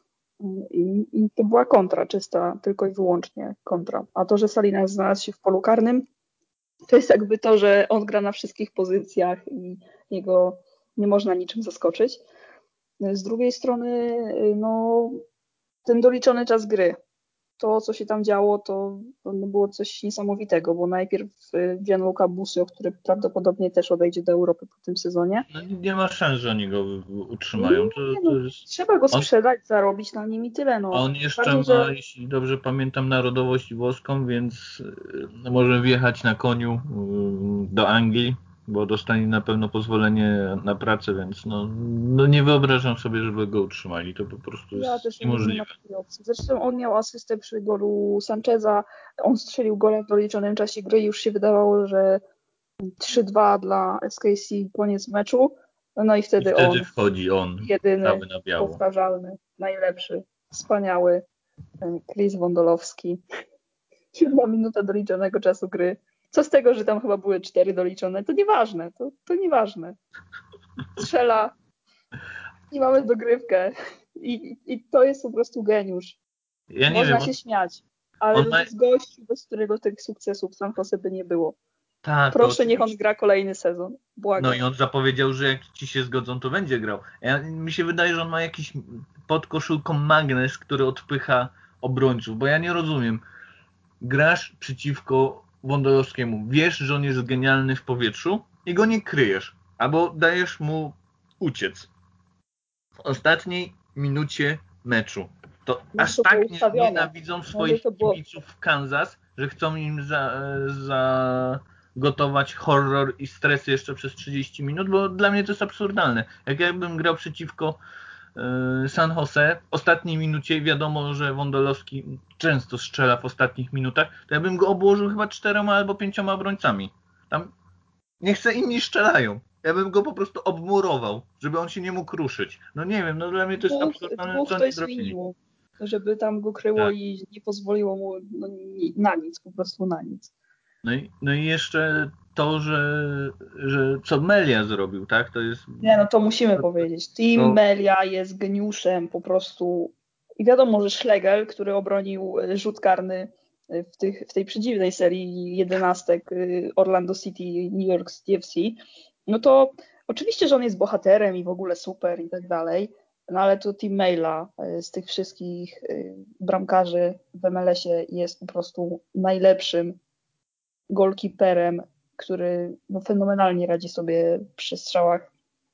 I, I to była kontra czysta, tylko i wyłącznie kontra. A to, że Salinas znalazł się w polu karnym, to jest jakby to, że on gra na wszystkich pozycjach i jego nie można niczym zaskoczyć. Z drugiej strony, no, ten doliczony czas gry. To, co się tam działo, to, to było coś niesamowitego, bo najpierw Gianluca Busio, który prawdopodobnie też odejdzie do Europy po tym sezonie. No nie, nie ma szans, że oni go utrzymają. To, Nie, to no, jest... trzeba go on, sprzedać, zarobić na nim i tyle. No. on jeszcze Bardziej, ma, że jeśli dobrze pamiętam, narodowość włoską, więc y, może wjechać na koniu y, do Anglii, bo dostanie na pewno pozwolenie na pracę, więc no, no nie wyobrażam sobie, żeby go utrzymali. To po prostu ja jest też nie, nie ma niemożliwe. takiej opcji. Zresztą on miał asystę przy golu Sancheza, on strzelił gola w doliczonym czasie gry i już się wydawało, że trzy dwa dla S K C, koniec meczu. No i I wtedy wtedy on, wchodzi on, jedyny, cały na biało. powtarzalny, najlepszy, wspaniały, ten Chris Wondolowski. Siódma minuta doliczonego czasu gry. Co z tego, że tam chyba były cztery doliczone? To nieważne, to, to nieważne. Strzela i mamy dogrywkę. I, I to jest po prostu geniusz. Ja nie Można wiem, się on, śmiać, ale on to ma... jest gość, bez którego tych sukcesów w San Jose by nie było. Ta, to Proszę, niech on oczywiście. gra kolejny sezon. Błagam. No i on zapowiedział, że jak ci się zgodzą, to będzie grał. Ja, mi się wydaje, że on ma jakiś pod koszulką magnes, który odpycha obrońców, bo ja nie rozumiem. Grasz przeciwko Wondolowskiemu, wiesz, że on jest genialny w powietrzu i go nie kryjesz, albo dajesz mu uciec. W ostatniej minucie meczu. To Może aż to było tak nie, ustawione. nienawidzą Może swoich to było... kibiców w Kansas, że chcą im za, za gotować horror i stres jeszcze przez trzydzieści minut, bo dla mnie to jest absurdalne. Jak ja bym grał przeciwko y, San Jose w ostatniej minucie i wiadomo, że Wondolowski często strzela w ostatnich minutach, to ja bym go obłożył chyba czterema albo pięcioma obrońcami. Tam niech se inni strzelają. Ja bym go po prostu obmurował, żeby on się nie mógł ruszyć. No nie wiem, no dla mnie to jest Dwóch, absurdalne, dwóch co to oni jest zrobili. minimum, żeby tam go kryło Tak. i nie pozwoliło mu no, ni- na nic, po prostu na nic. No i, no i jeszcze to, że, że co Melia zrobił, tak? To jest... Nie, no to musimy powiedzieć. Tim No. Melia jest geniuszem po prostu. I wiadomo, że Schlegel, który obronił e, rzut karny e, w, tych, w tej przedziwnej serii jedenastek e, Orlando City, New York City F C, no to oczywiście, że on jest bohaterem i w ogóle super i tak dalej, no ale to Tim Mela e, z tych wszystkich e, bramkarzy w M L S-ie jest po prostu najlepszym golkiperem, który no, fenomenalnie radzi sobie przy strzałach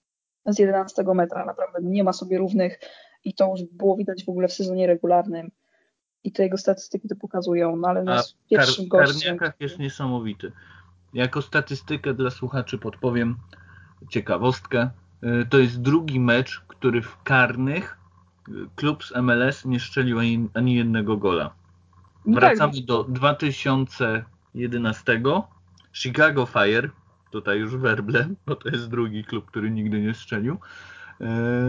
z jedenastego metra, naprawdę nie ma sobie równych i to już było widać w ogóle w sezonie regularnym i te jego statystyki to pokazują, no ale no A jest w kar- pierwszym gościem. Karniakach jest niesamowity. Jako statystykę dla słuchaczy podpowiem ciekawostkę. To jest drugi mecz, który w karnych klub z M L S nie strzelił ani, ani jednego gola. No Wracamy tak, do dwa tysiące jedenastego. Chicago Fire, tutaj już werble, bo to jest drugi klub, który nigdy nie strzelił. Yy,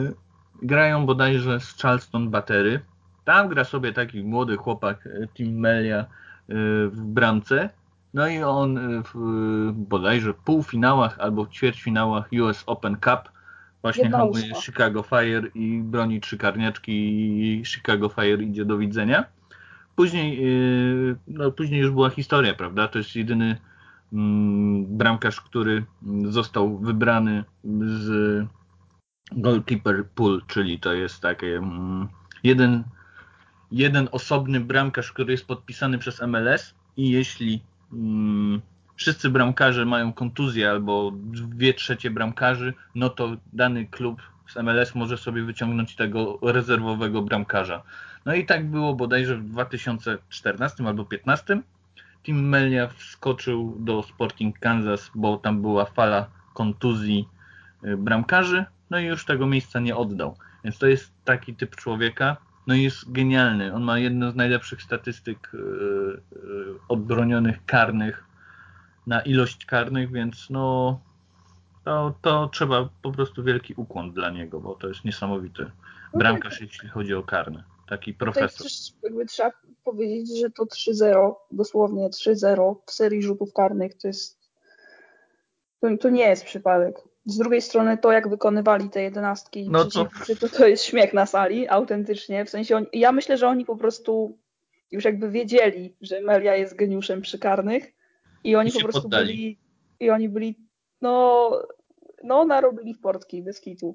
grają bodajże z Charleston Battery. Tam gra sobie taki młody chłopak Tim Melia yy, w bramce. No i on w bodajże półfinałach albo w ćwierćfinałach U S Open Cup właśnie Jedna hamuje ósma. Chicago Fire i broni trzy karniaczki i Chicago Fire idzie do widzenia. Później, no, później już była historia, prawda? To jest jedyny mm, bramkarz, który został wybrany z goalkeeper pool, czyli to jest takie mm, jeden, jeden osobny bramkarz, który jest podpisany przez M L S i jeśli mm, wszyscy bramkarze mają kontuzję albo dwie trzecie bramkarzy, no to dany klub z M L S może sobie wyciągnąć tego rezerwowego bramkarza. No i tak było bodajże w dwa tysiące czternastym albo piętnastym. Tim Melia wskoczył do Sporting Kansas, bo tam była fala kontuzji bramkarzy, no i już tego miejsca nie oddał. Więc to jest taki typ człowieka, no i jest genialny. On ma jedną z najlepszych statystyk yy, yy, odbronionych karnych na ilość karnych, więc no to, to trzeba po prostu wielki ukłon dla niego, bo to jest niesamowity bramkarz, jeśli chodzi o karne. Taki profesor. Tutaj też jakby trzeba powiedzieć, że to trzy zero, dosłownie trzy zero w serii rzutów karnych to jest to, to nie jest przypadek. Z drugiej strony to, jak wykonywali te jedenastki No to- przeciwnicy, to to jest śmiech na sali, autentycznie. W sensie, oni, ja myślę, że oni po prostu już jakby wiedzieli, że Melia jest geniuszem przy karnych i oni I po się prostu poddali. byli, i oni byli, no, no narobili w portki, bez kitu.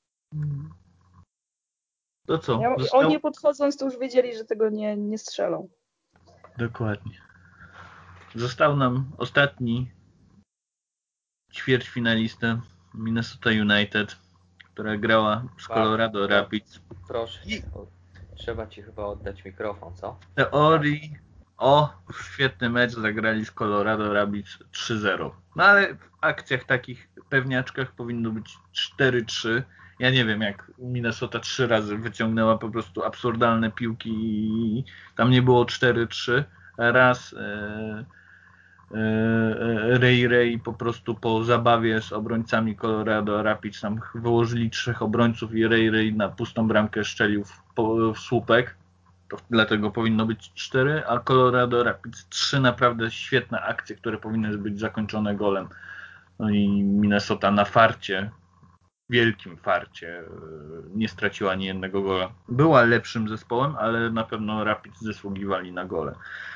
To co? Ja, Został... Oni podchodząc, to już wiedzieli, że tego nie, nie strzelą. Dokładnie. Został nam ostatni ćwierćfinalista Minnesota United, która grała z Colorado Bardzo, Rapids. Proszę I- cię, o, trzeba ci chyba oddać mikrofon, co? W teorii o świetny mecz zagrali z Colorado Rapids trzy zero. No ale w akcjach takich pewniaczkach powinno być cztery trzy. Ja nie wiem, jak Minnesota trzy razy wyciągnęła po prostu absurdalne piłki i tam nie było cztery trzy. Raz e, e, Ray Ray po prostu po zabawie z obrońcami Colorado Rapids tam wyłożyli trzech obrońców i Ray Ray na pustą bramkę strzelił w, po, w słupek. To dlatego powinno być cztery, a Colorado Rapids trzy naprawdę świetne akcje, które powinny być zakończone golem. No i Minnesota na farcie, wielkim farcie, nie straciła ani jednego gola. Była lepszym zespołem, ale na pewno Rapids zasługiwali na gole.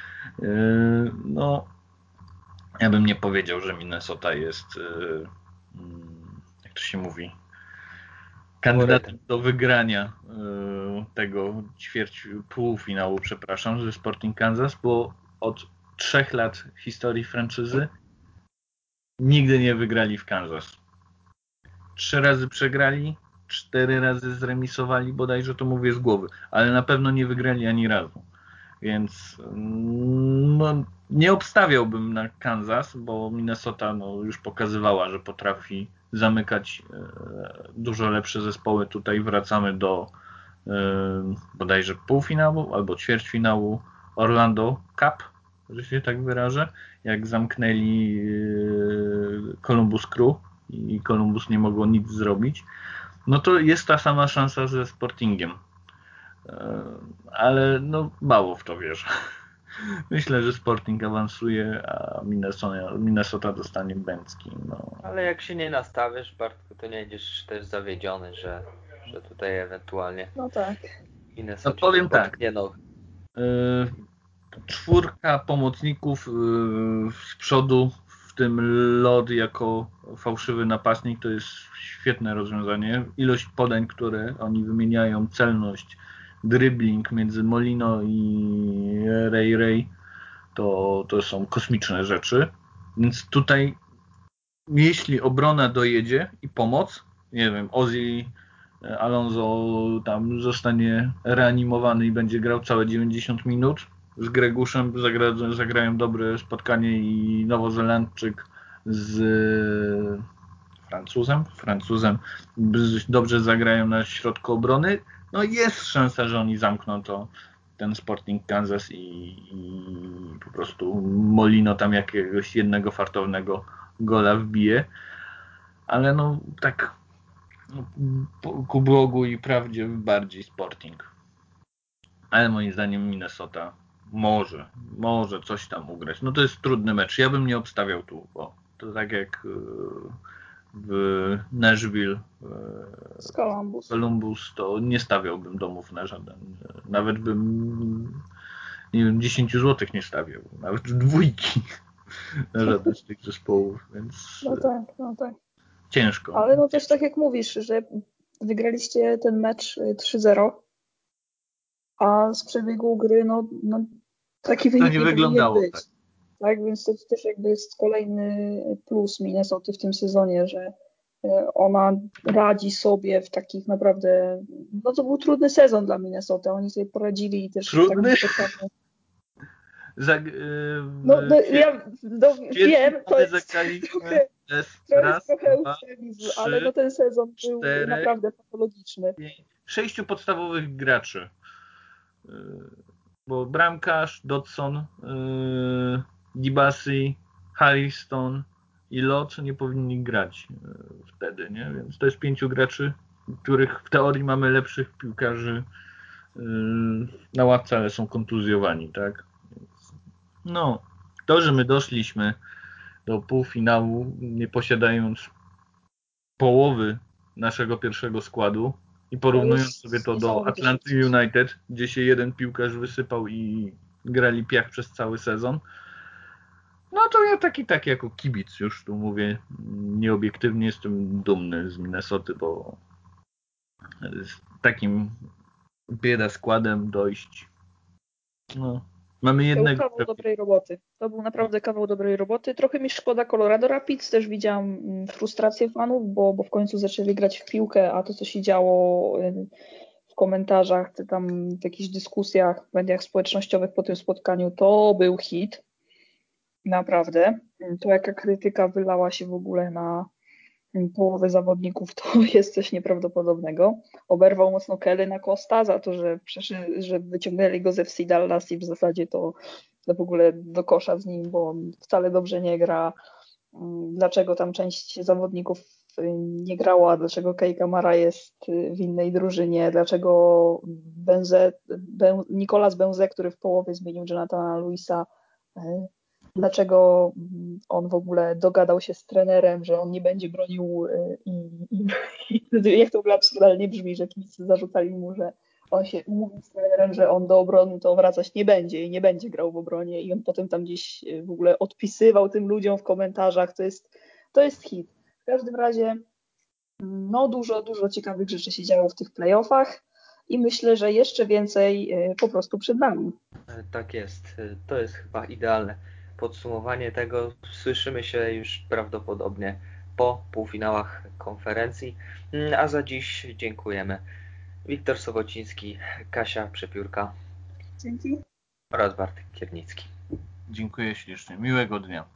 No, ja bym nie powiedział, że Minnesota jest, jak to się mówi, kandydatem do wygrania y, tego ćwierć półfinału, przepraszam, ze Sporting Kansas, bo od trzech lat historii franczyzy nigdy nie wygrali w Kansas. Trzy razy przegrali, cztery razy zremisowali, bodajże to mówię z głowy, ale na pewno nie wygrali ani razu. Więc no, nie obstawiałbym na Kansas, bo Minnesota no, już pokazywała, że potrafi zamykać e, dużo lepsze zespoły. Tutaj wracamy do e, bodajże półfinału albo ćwierćfinału Orlando Cup, że się tak wyrażę, jak zamknęli e, Columbus Crew i Columbus nie mogło nic zrobić. No to jest ta sama szansa ze Sportingiem. Ale no mało w to wierzę. Myślę, że Sporting awansuje, a Minnesota, Minnesota dostanie bęcki. No. Ale jak się nie nastawisz, Bartku, to nie będziesz też zawiedziony, że, że tutaj ewentualnie No tak. Minnesota No powiem tak. no. Yy, czwórka pomocników yy, z przodu, w tym Lod jako fałszywy napastnik, to jest świetne rozwiązanie. Ilość podań, które oni wymieniają, celność, dribbling między Molino i Ray Ray, to, to są kosmiczne rzeczy. Więc tutaj, jeśli obrona dojedzie i pomoc, nie wiem, Ozzy Alonso tam zostanie reanimowany i będzie grał całe dziewięćdziesiąt minut, z Greguszem zagra, zagrają dobre spotkanie i Nowozelandczyk z Francuzem, Francuzem dobrze zagrają na środku obrony, no jest szansa, że oni zamkną to, ten Sporting Kansas i, i po prostu Molino tam jakiegoś jednego fartownego gola wbije, ale no tak ku Bogu i prawdzie bardziej Sporting. Ale moim zdaniem Minnesota może, może coś tam ugrać. No to jest trudny mecz. Ja bym nie obstawiał tu, bo to tak jak w Nashville, Z Columbus. Columbus, to nie stawiałbym domów na żaden. Nawet bym nie wiem, dziesięć złotych nie stawiał. Nawet dwójki na żaden z tych zespołów, więc No tak, no tak. ciężko. Ale no też tak jak mówisz, że wygraliście ten mecz trzy zero, a z przebiegu gry no, no taki wynik nie nie wyglądało powinien być. tak. Tak, więc to też jakby jest kolejny plus Minnesoty w tym sezonie, że ona radzi sobie w takich naprawdę, no to był trudny sezon dla Minnesoty, oni sobie poradzili i też Trudny? w takim spotkaniu. Zag, yy, No, no ja no, wiem, to jest trochę, to jest trochę eufemizm, ale no ten sezon był cztery, naprawdę patologiczny. Sześciu podstawowych graczy. Yy, bo bramkarz, Dodson, yy, Dibasi, Harrison i Lot nie powinni grać yy, wtedy, nie? Więc to jest pięciu graczy, których w teorii mamy lepszych piłkarzy yy, na ławce, ale są kontuzjowani, tak? Więc, no, to, że my doszliśmy do półfinału, nie posiadając połowy naszego pierwszego składu i porównując sobie to do Atlanty United, gdzie się jeden piłkarz wysypał i grali piach przez cały sezon, no to ja taki tak jako kibic już tu mówię, nieobiektywnie jestem dumny z Minnesoty, bo z takim bieda składem dojść, no, mamy jednego... To był kawał dobrej roboty. To był naprawdę kawał dobrej roboty. Trochę mi szkoda Colorado Rapids, też widziałam frustrację fanów, bo, bo w końcu zaczęli grać w piłkę, a to, co się działo w komentarzach, czy tam w jakichś dyskusjach w mediach społecznościowych po tym spotkaniu, to był hit. Naprawdę. To jaka krytyka wylała się w ogóle na połowę zawodników, to jest coś nieprawdopodobnego. Oberwał mocno Kelly na Costa za to, że, przeszli, że wyciągnęli go ze F C Dallas i w zasadzie to, to w ogóle do kosza z nim, bo on wcale dobrze nie gra. Dlaczego tam część zawodników nie grała, dlaczego Kei Kamara jest w innej drużynie, dlaczego Benze, ben, Nicolas Benze, który w połowie zmienił Jonathana Luisa, dlaczego on w ogóle dogadał się z trenerem, że on nie będzie bronił i, i, i jak to w ogóle absurdalnie brzmi, że kibice zarzucali mu, że on się umówił z trenerem, że on do obrony to wracać nie będzie i nie będzie grał w obronie i on potem tam gdzieś w ogóle odpisywał tym ludziom w komentarzach. To jest, to jest hit. W każdym razie no dużo, dużo ciekawych rzeczy się działo w tych playoffach i myślę, że jeszcze więcej po prostu przed nami. Tak jest. To jest chyba idealne podsumowanie tego. Słyszymy się już prawdopodobnie po półfinałach konferencji, a za dziś dziękujemy. Wiktor Sobociński, Kasia Przepiórka. Dzięki. Oraz Bartek Kiernicki. Dziękuję ślicznie. Miłego dnia.